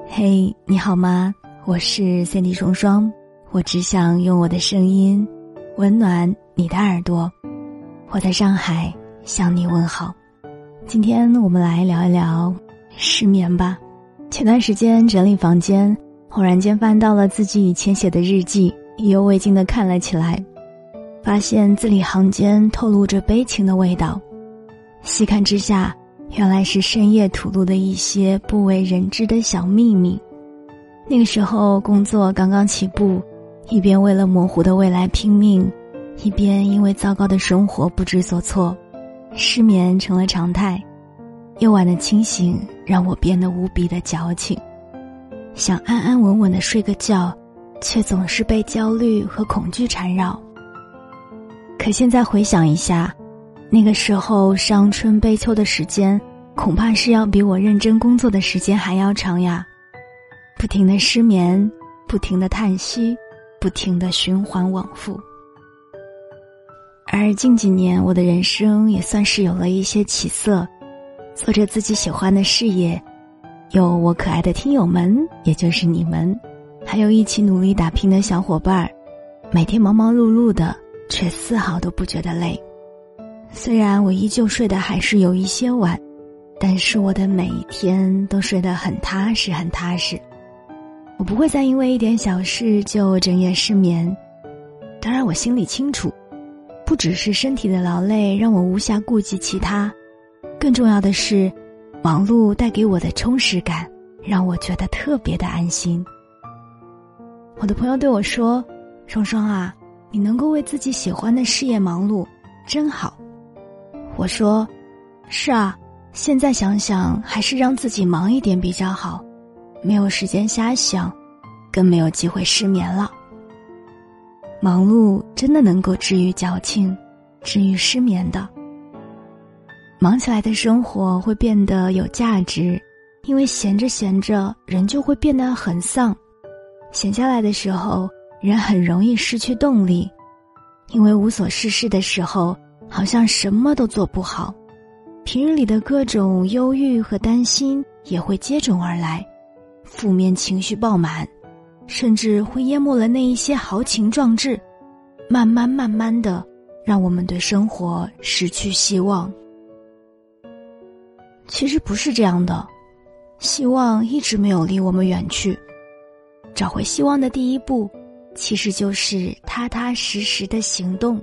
嘿，你好吗？我是Sandy双双，我只想用我的声音温暖你的耳朵。我在上海向你问好。今天我们来聊一聊失眠吧。前段时间整理房间，偶然间翻到了自己以前写的日记，意犹未尽地看了起来，发现字里行间透露着悲情的味道。细看之下，原来是深夜吐露的一些不为人知的小秘密。那个时候工作刚刚起步，一边为了模糊的未来拼命，一边因为糟糕的生活不知所措，失眠成了常态。夜晚的清醒让我变得无比的矫情，想安安稳稳地睡个觉，却总是被焦虑和恐惧缠绕。可现在回想一下，那个时候伤春悲秋的时间，恐怕是要比我认真工作的时间还要长呀。不停的失眠，不停的叹息，不停的循环往复。而近几年我的人生也算是有了一些起色，做着自己喜欢的事业，有我可爱的听友们，也就是你们，还有一起努力打拼的小伙伴，每天忙忙碌碌的，却丝毫都不觉得累。虽然我依旧睡得还是有一些晚，但是我的每一天都睡得很踏实很踏实。我不会再因为一点小事就整夜失眠。当然我心里清楚，不只是身体的劳累让我无暇顾及其他，更重要的是忙碌带给我的充实感让我觉得特别的安心。我的朋友对我说，双双啊，你能够为自己喜欢的事业忙碌真好。我说，是啊，现在想想还是让自己忙一点比较好，没有时间瞎想，更没有机会失眠了。忙碌真的能够治愈矫情，治愈失眠的。忙起来的生活会变得有价值，因为闲着闲着人就会变得很丧。闲下来的时候，人很容易失去动力，因为无所事事的时候好像什么都做不好，平日里的各种忧郁和担心也会接踵而来，负面情绪爆满，甚至会淹没了那一些豪情壮志，慢慢的让我们对生活失去希望。其实不是这样的，希望一直没有离我们远去。找回希望的第一步，其实就是踏踏实实的行动。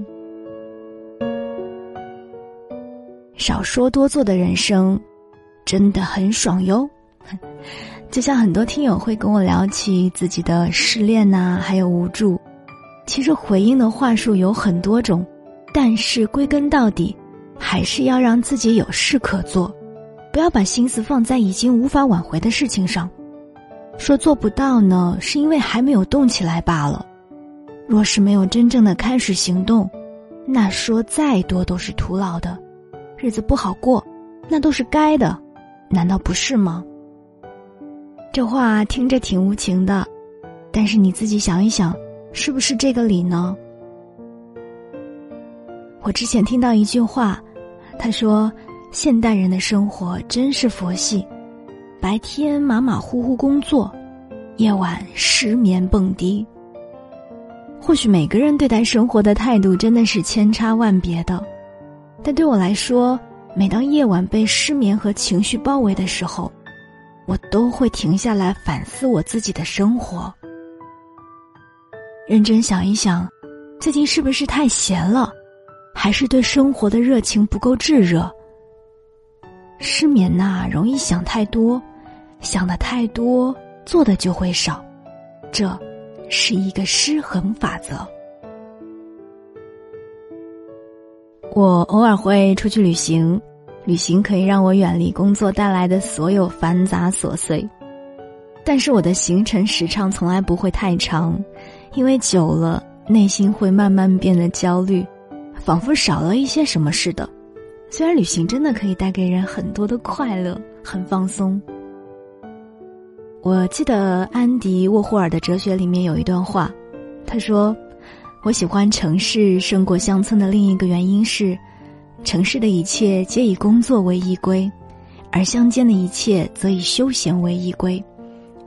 少说多做的人生真的很爽哟。就像很多听友会跟我聊起自己的失恋啊，还有无助，其实回应的话术有很多种，但是归根到底还是要让自己有事可做，不要把心思放在已经无法挽回的事情上。说做不到呢，是因为还没有动起来罢了。若是没有真正的开始行动，那说再多都是徒劳的，日子不好过，那都是该的，难道不是吗？这话听着挺无情的，但是你自己想一想，是不是这个理呢？我之前听到一句话，他说现代人的生活真是佛系，白天马马虎虎工作，夜晚失眠蹦迪。或许每个人对待生活的态度真的是千差万别的，但对我来说，每当夜晚被失眠和情绪包围的时候，我都会停下来反思我自己的生活，认真想一想，最近是不是太闲了，还是对生活的热情不够炙热？失眠呐，容易想太多，想的太多，做的就会少，这是一个失衡法则。我偶尔会出去旅行，旅行可以让我远离工作带来的所有繁杂琐碎，但是我的行程时长从来不会太长，因为久了内心会慢慢变得焦虑，仿佛少了一些什么似的。虽然旅行真的可以带给人很多的快乐，很放松。我记得安迪沃霍尔的哲学里面有一段话，他说，我喜欢城市胜过乡村的另一个原因是，城市的一切皆以工作为依归，而乡间的一切则以休闲为依归。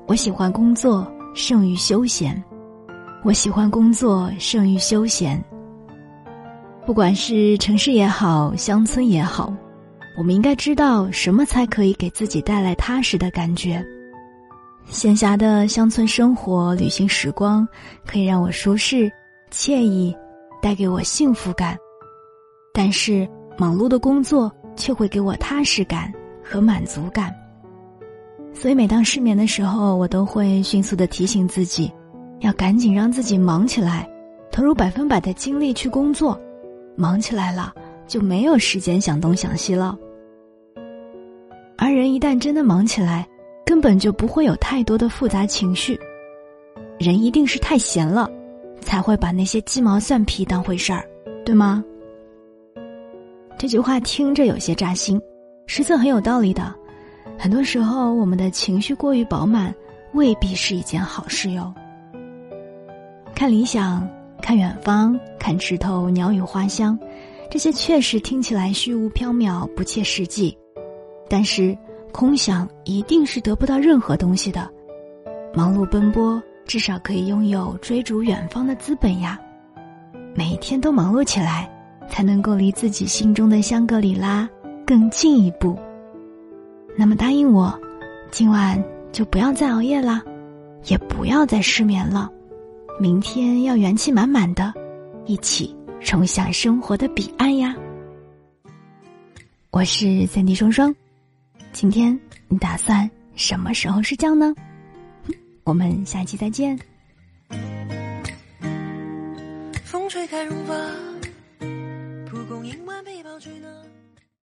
我喜欢工作胜于休闲，我喜欢工作胜于休闲。不管是城市也好，乡村也好，我们应该知道什么才可以给自己带来踏实的感觉。闲暇的乡村生活、旅行时光可以让我舒适、惬意，带给我幸福感。但是忙碌的工作却会给我踏实感和满足感。所以每当失眠的时候，我都会迅速地提醒自己，要赶紧让自己忙起来，投入100%的精力去工作。忙起来了，就没有时间想东想西了。而人一旦真的忙起来，根本就不会有太多的复杂情绪。人一定是太闲了，才会把那些鸡毛蒜皮当回事儿，对吗？这句话听着有些扎心，实则很有道理的。很多时候，我们的情绪过于饱满，未必是一件好事哟。看理想，看远方，看枝头鸟语花香，这些确实听起来虚无缥缈，不切实际。但是空想一定是得不到任何东西的。忙碌奔波，至少可以拥有追逐远方的资本呀。每一天都忙碌起来，才能够离自己心中的香格里拉更近一步。那么答应我，今晚就不要再熬夜啦，也不要再失眠了。明天要元气满满的，一起冲向生活的彼岸呀。我是三弟双双，今天你打算什么时候睡觉呢？我们下期再见。 风吹开绒发